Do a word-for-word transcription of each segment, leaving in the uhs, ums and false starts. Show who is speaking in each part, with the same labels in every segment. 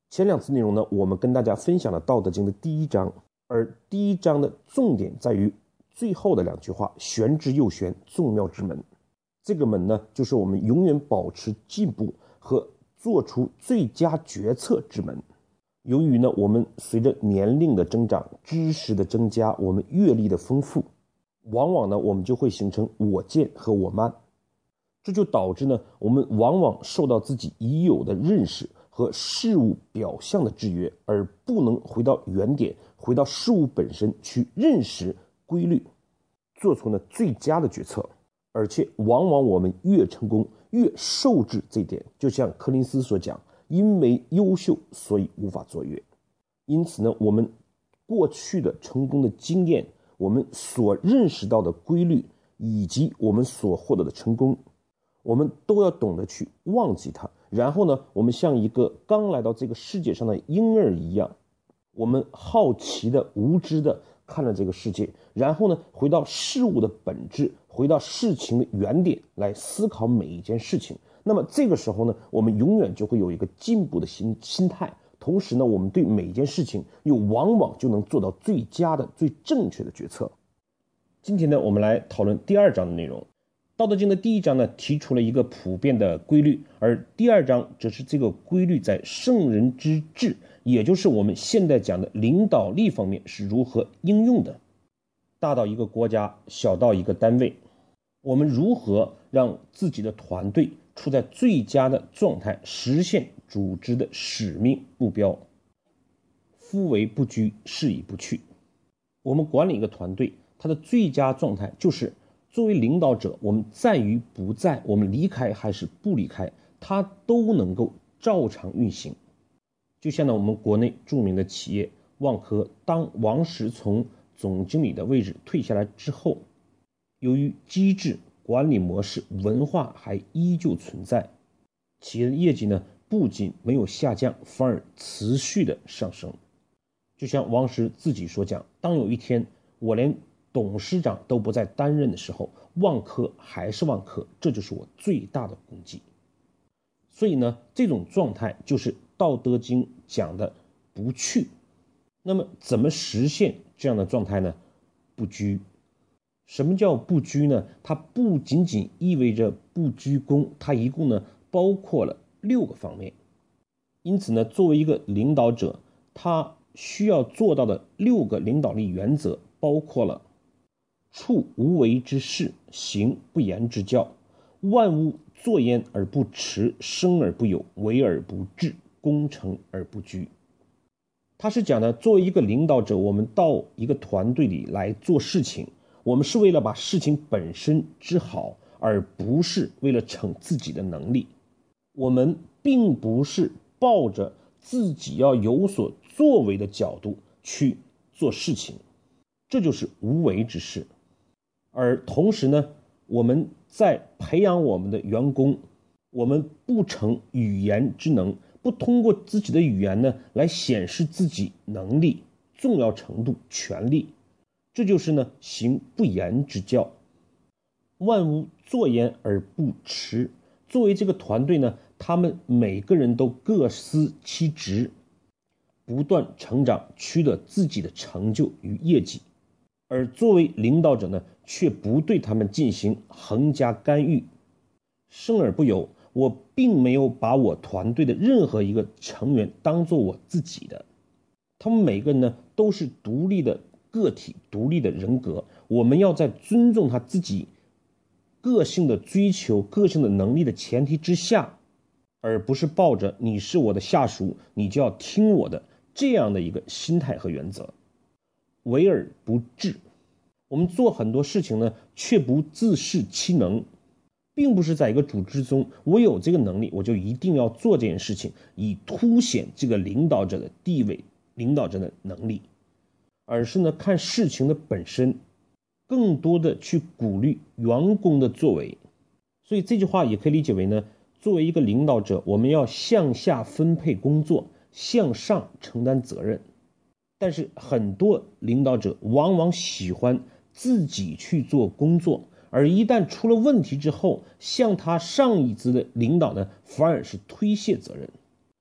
Speaker 1: 前两次内容呢，我们跟大家分享了《道德经》的第一章，而第一章的重点在于最后的两句话：玄之又玄，众妙之门。这个门呢，就是我们永远保持进步和做出最佳决策之门。由于呢，我们随着年龄的增长、知识的增加，我们阅历的丰富，往往呢，我们就会形成我见和我慢，这就导致呢，我们往往受到自己已有的认识和事物表象的制约，而不能回到原点，回到事物本身去认识规律，做出呢最佳的决策。而且往往我们越成功越受制这一点，就像柯林斯所讲，因为优秀所以无法卓越。因此呢，我们过去的成功的经验，我们所认识到的规律，以及我们所获得的成功，我们都要懂得去忘记它。然后呢，我们像一个刚来到这个世界上的婴儿一样，我们好奇的、无知的看了这个世界，然后呢，回到事物的本质，回到事情的原点来思考每一件事情。那么这个时候呢，我们永远就会有一个进步的心心态，同时呢，我们对每一件事情又往往就能做到最佳的、最正确的决策。今天呢，我们来讨论第二章的内容。道德经的第一章呢，提出了一个普遍的规律，而第二章则是这个规律在圣人之治，也就是我们现在讲的领导力方面是如何应用的。大到一个国家，小到一个单位，我们如何让自己的团队处在最佳的状态，实现组织的使命目标。夫为不居，是以不去。我们管理一个团队，它的最佳状态就是作为领导者，我们在于不在，我们离开还是不离开，它都能够照常运行。就像呢，我们国内著名的企业万科，当王石从总经理的位置退下来之后，由于机制、管理模式、文化还依旧存在，企业的业绩呢不仅没有下降，反而持续的上升。就像王石自己所讲，当有一天我连董事长都不再担任的时候，万科还是万科，这就是我最大的功绩。所以呢，这种状态就是《道德经》讲的不去。那么怎么实现这样的状态呢？不居。什么叫不居呢？它不仅仅意味着不居功，它一共呢包括了六个方面。因此呢，作为一个领导者，他需要做到的六个领导力原则包括了处无为之事，行不言之教，万物作焉而不驰，生而不有，为而不治，功成而不居。他是讲的，作为一个领导者，我们到一个团队里来做事情，我们是为了把事情本身治好，而不是为了逞自己的能力。我们并不是抱着自己要有所作为的角度去做事情，这就是无为之事。而同时呢，我们在培养我们的员工，我们不成语言之能，不通过自己的语言呢来显示自己能力、重要程度、权力，这就是呢行不言之教。万物作焉而不驰。作为这个团队呢，他们每个人都各司其职，不断成长，取得自己的成就与业绩。而作为领导者呢，却不对他们进行横加干预。生而不有，我并没有把我团队的任何一个成员当作我自己的，他们每个人呢都是独立的个体、独立的人格。我们要在尊重他自己个性的追求、个性的能力的前提之下，而不是抱着你是我的下属，你就要听我的这样的一个心态和原则。为而不治。我们做很多事情呢，却不自视其能，并不是在一个组织中，我有这个能力，我就一定要做这件事情，以凸显这个领导者的地位、领导者的能力，而是呢看事情的本身，更多的去鼓励员工的作为。所以这句话也可以理解为呢，作为一个领导者，我们要向下分配工作，向上承担责任。但是很多领导者往往喜欢自己去做工作，而一旦出了问题之后，向他上一级的领导呢，反而是推卸责任。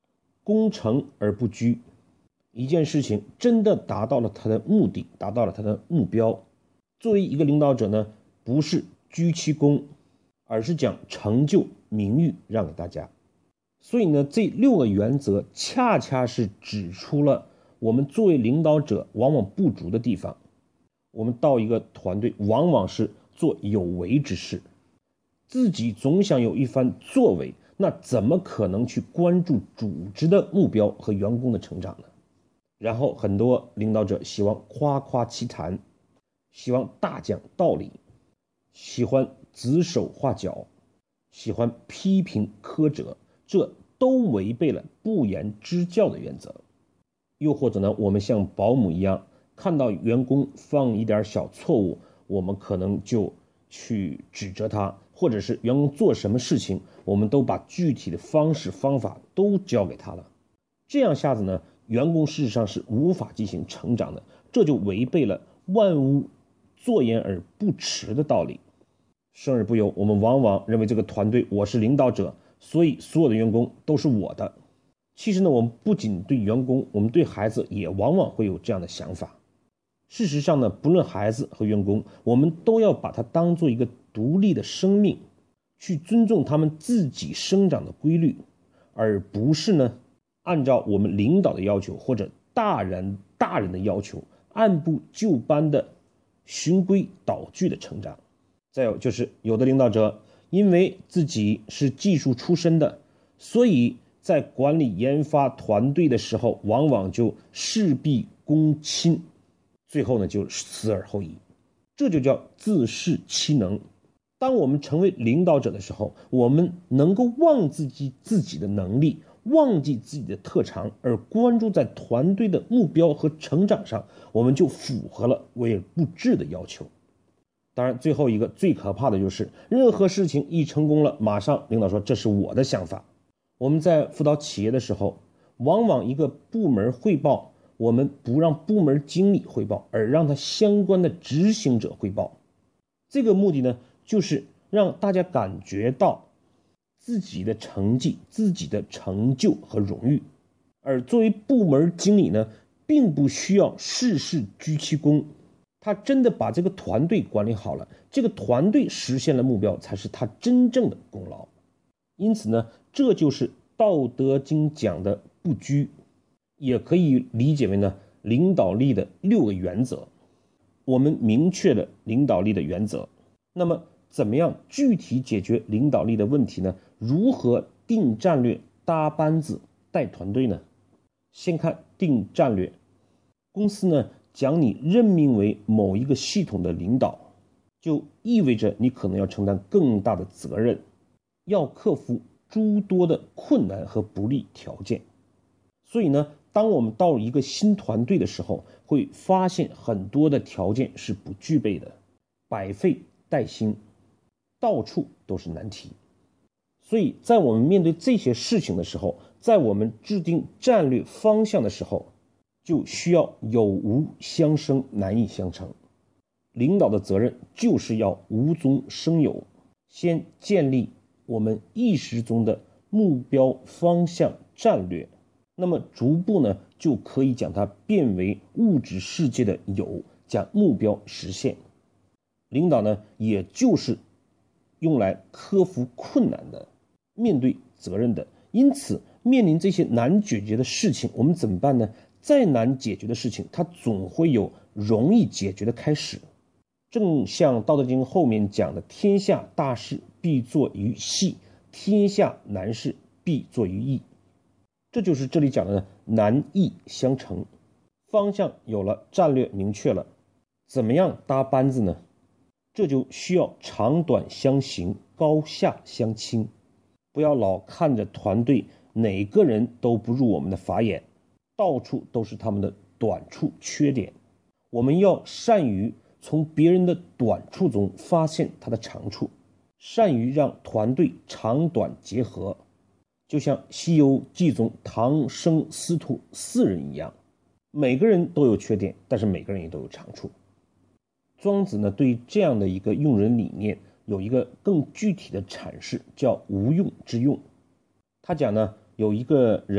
Speaker 1: 功成而不居，一件事情真的达到了他的目的，达到了他的目标。作为一个领导者呢，不是居其功，而是将成就名誉让给大家。所以呢，这六个原则恰恰是指出了我们作为领导者往往不足的地方。我们到一个团队往往是做有为之事，自己总想有一番作为，那怎么可能去关注组织的目标和员工的成长呢？然后很多领导者希望夸夸其谈，希望大讲道理，喜欢指手画脚，喜欢批评苛责，这都违背了不言之教的原则。又或者呢，我们像保姆一样，看到员工犯一点小错误，我们可能就去指责他，或者是员工做什么事情，我们都把具体的方式方法都交给他了。这样下子呢，员工事实上是无法进行成长的，这就违背了万物作焉而不迟的道理。生而不由，我们往往认为这个团队我是领导者，所以所有的员工都是我的。其实呢，我们不仅对员工，我们对孩子也往往会有这样的想法。事实上呢，不论孩子和员工，我们都要把它当做一个独立的生命，去尊重他们自己生长的规律，而不是呢按照我们领导的要求或者大人大人的要求，按部就班的循规蹈矩的成长。再有就是有的领导者因为自己是技术出身的，所以在管理研发团队的时候，往往就事必躬亲，最后呢就死而后已，这就叫自恃其能。当我们成为领导者的时候，我们能够忘记自己的能力，忘记自己的特长，而关注在团队的目标和成长上，我们就符合了为而不治的要求。当然最后一个最可怕的就是任何事情一成功了，马上领导说这是我的想法。我们在辅导企业的时候，往往一个部门汇报，我们不让部门经理汇报，而让他相关的执行者汇报。这个目的呢，就是让大家感觉到自己的成绩、自己的成就和荣誉。而作为部门经理呢，并不需要事事居其功，他真的把这个团队管理好了，这个团队实现了目标，才是他真正的功劳。因此呢，这就是道德经讲的不居，也可以理解为呢领导力的六个原则。我们明确了领导力的原则，那么怎么样具体解决领导力的问题呢？如何定战略、搭班子、带团队呢？先看定战略。公司呢将你任命为某一个系统的领导，就意味着你可能要承担更大的责任，要克服诸多的困难和不利条件。所以呢，当我们到一个新团队的时候，会发现很多的条件是不具备的，百废待兴，到处都是难题。所以在我们面对这些事情的时候，在我们制定战略方向的时候，就需要有无相生，难易相成。领导的责任就是要无中生有，先建立我们意识中的目标方向战略，那么逐步呢就可以将它变为物质世界的有，将目标实现。领导呢也就是用来克服困难的，面对责任的。因此面临这些难解决的事情，我们怎么办呢？再难解决的事情，它总会有容易解决的开始。正像《道德经》后面讲的，天下大事必作于细，天下难事必作于易。这就是这里讲的难易相成。方向有了，战略明确了，怎么样搭班子呢？这就需要长短相形，高下相倾。不要老看着团队哪个人都不入我们的法眼，到处都是他们的短处缺点。我们要善于从别人的短处中发现他的长处，善于让团队长短结合。就像《西游记》中唐僧师徒四人一样，每个人都有缺点，但是每个人也都有长处。庄子呢，对这样的一个用人理念有一个更具体的阐释，叫无用之用。他讲呢，有一个人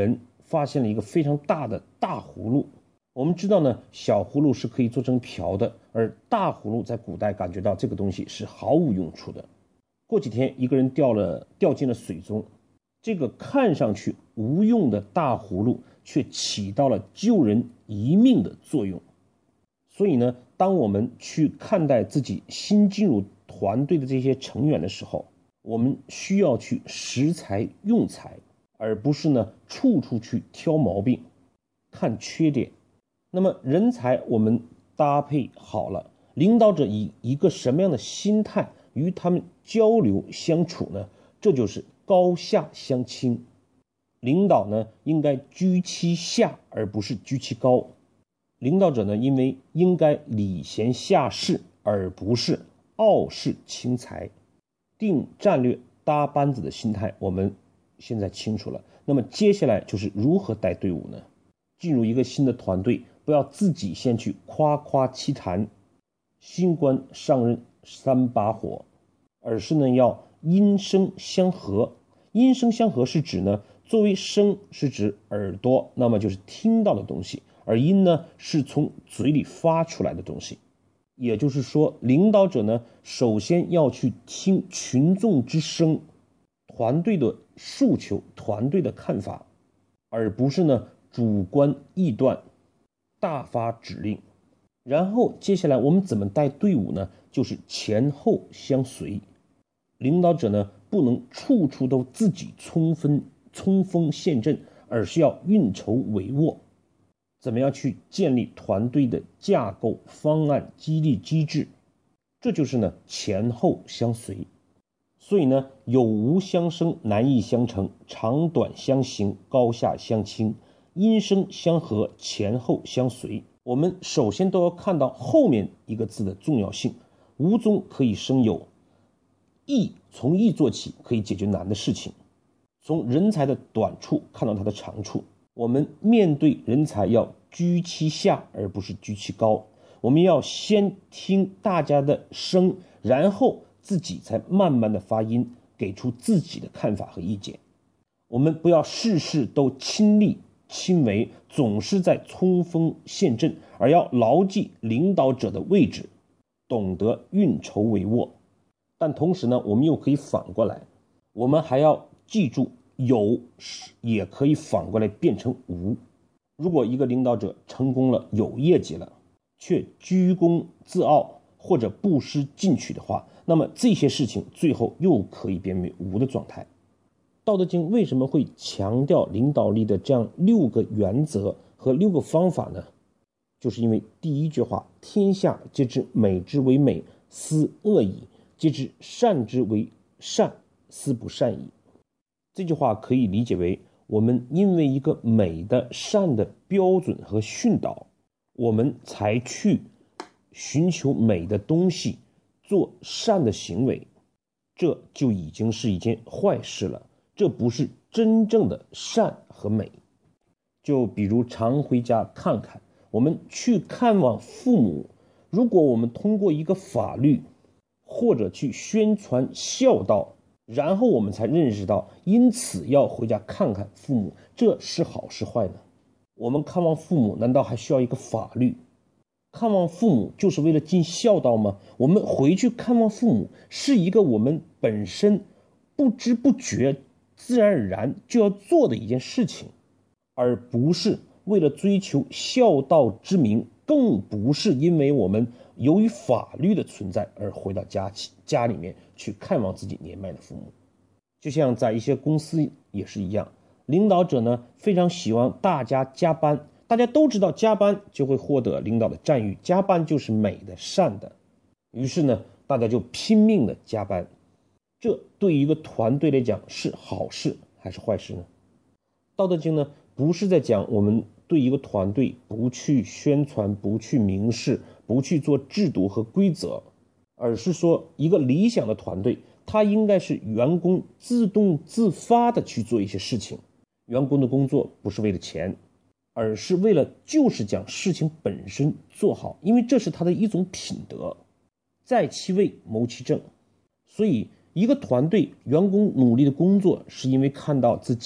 Speaker 1: 发现了一个非常大的大葫芦。我们知道呢，小葫芦是可以做成瓢的，而大葫芦在古代感觉到这个东西是毫无用处的。过几天，一个人掉了掉进了水中，这个看上去无用的大葫芦却起到了救人一命的作用。所以呢，当我们去看待自己新进入团队的这些成员的时候，我们需要去识才用才，而不是呢处处去挑毛病看缺点。那么人才我们搭配好了，领导者以一个什么样的心态与他们交流相处呢？这就是高下相倾。领导呢应该居其下而不是居其高，领导者呢因为应该礼贤下士而不是傲视轻财。定战略搭班子的心态我们现在清楚了，那么接下来就是如何带队伍呢？进入一个新的团队，不要自己先去夸夸其谈，新官上任三把火，而是呢要音声相合。音声相合是指呢，作为声是指耳朵，那么就是听到的东西，而音呢是从嘴里发出来的东西。也就是说，领导者呢首先要去听群众之声，团队的诉求，团队的看法，而不是呢主观臆断大发指令。然后接下来我们怎么带队伍呢？就是前后相随。领导者呢不能处处都自己冲锋冲锋陷阵，而是要运筹帷幄。怎么样去建立团队的架构、方案、激励机制？这就是呢前后相随。所以呢，有无相生，难易相成，长短相形，高下相倾，音声相合，前后相随。我们首先都要看到后面一个字的重要性。无中可以生有，易从易做起，可以解决难的事情。从人才的短处看到他的长处。我们面对人才要居其下而不是居其高，我们要先听大家的声，然后自己才慢慢的发音，给出自己的看法和意见。我们不要事事都亲力亲为，总是在冲锋陷阵，而要牢记领导者的位置，懂得运筹帷幄。但同时呢，我们又可以反过来，我们还要记住有也可以反过来变成无。如果一个领导者成功了，有业绩了，却居功自傲或者不思进取的话，那么这些事情最后又可以变为无的状态。道德经为什么会强调领导力的这样六个原则和六个方法呢？就是因为第一句话，天下皆知美之为美，斯恶已；皆知善之为善，斯不善已。这句话可以理解为，我们因为一个美的善的标准和训导，我们才去寻求美的东西，做善的行为，这就已经是一件坏事了，这不是真正的善和美。就比如常回家看看，我们去看望父母，如果我们通过一个法律或者去宣传孝道，然后我们才认识到因此要回家看看父母，这是好是坏呢？我们看望父母难道还需要一个法律？看望父母就是为了尽孝道吗？我们回去看望父母是一个我们本身不知不觉自然而然就要做的一件事情，而不是为了追求孝道之名，更不是因为我们由于法律的存在而回到家家里面去看望自己年迈的父母。就像在一些公司也是一样，领导者呢非常希望大家加班，大家都知道加班就会获得领导的赞誉，加班就是美的善的，于是呢大家就拼命的加班。这对于一个团队来讲是好事还是坏事呢？道德经呢不是在讲我们对一个团队不去宣传，不去明示，不去做制度和规则，而是说一个理想的团队，它应该是员工自动自发的去做一些事情。员工的工作不是为了钱，而是为了就是将事情本身做好，因为这是他的一种品德。在其位谋其政。所以一个团队员工努力的工作，是因为看到自己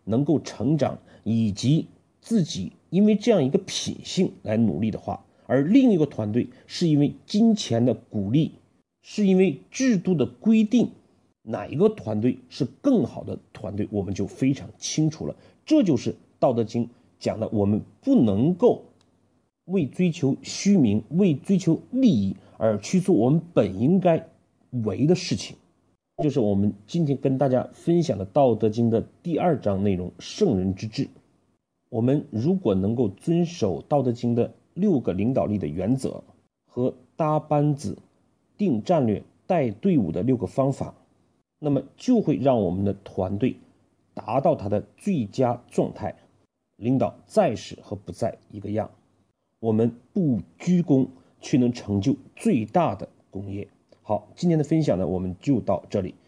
Speaker 1: 能够成长，以及自己因为这样一个品性来努力的话，而另一个团队是因为金钱的鼓励，是因为制度的规定，哪一个团队是更好的团队，我们就非常清楚了。这就是《道德经》讲的，我们不能够为追求虚名，为追求利益而去做我们本应该为的事情。这就是我们今天跟大家分享的《道德经》的第二章内容，圣人之治。我们如果能够遵守《道德经》的六个领导力的原则和搭班子、定战略、带队伍的六个方法，那么就会让我们的团队达到它的最佳状态，领导在时和不在一个样，我们不居功，却能成就最大的功业。好，今天的分享呢，我们就到这里。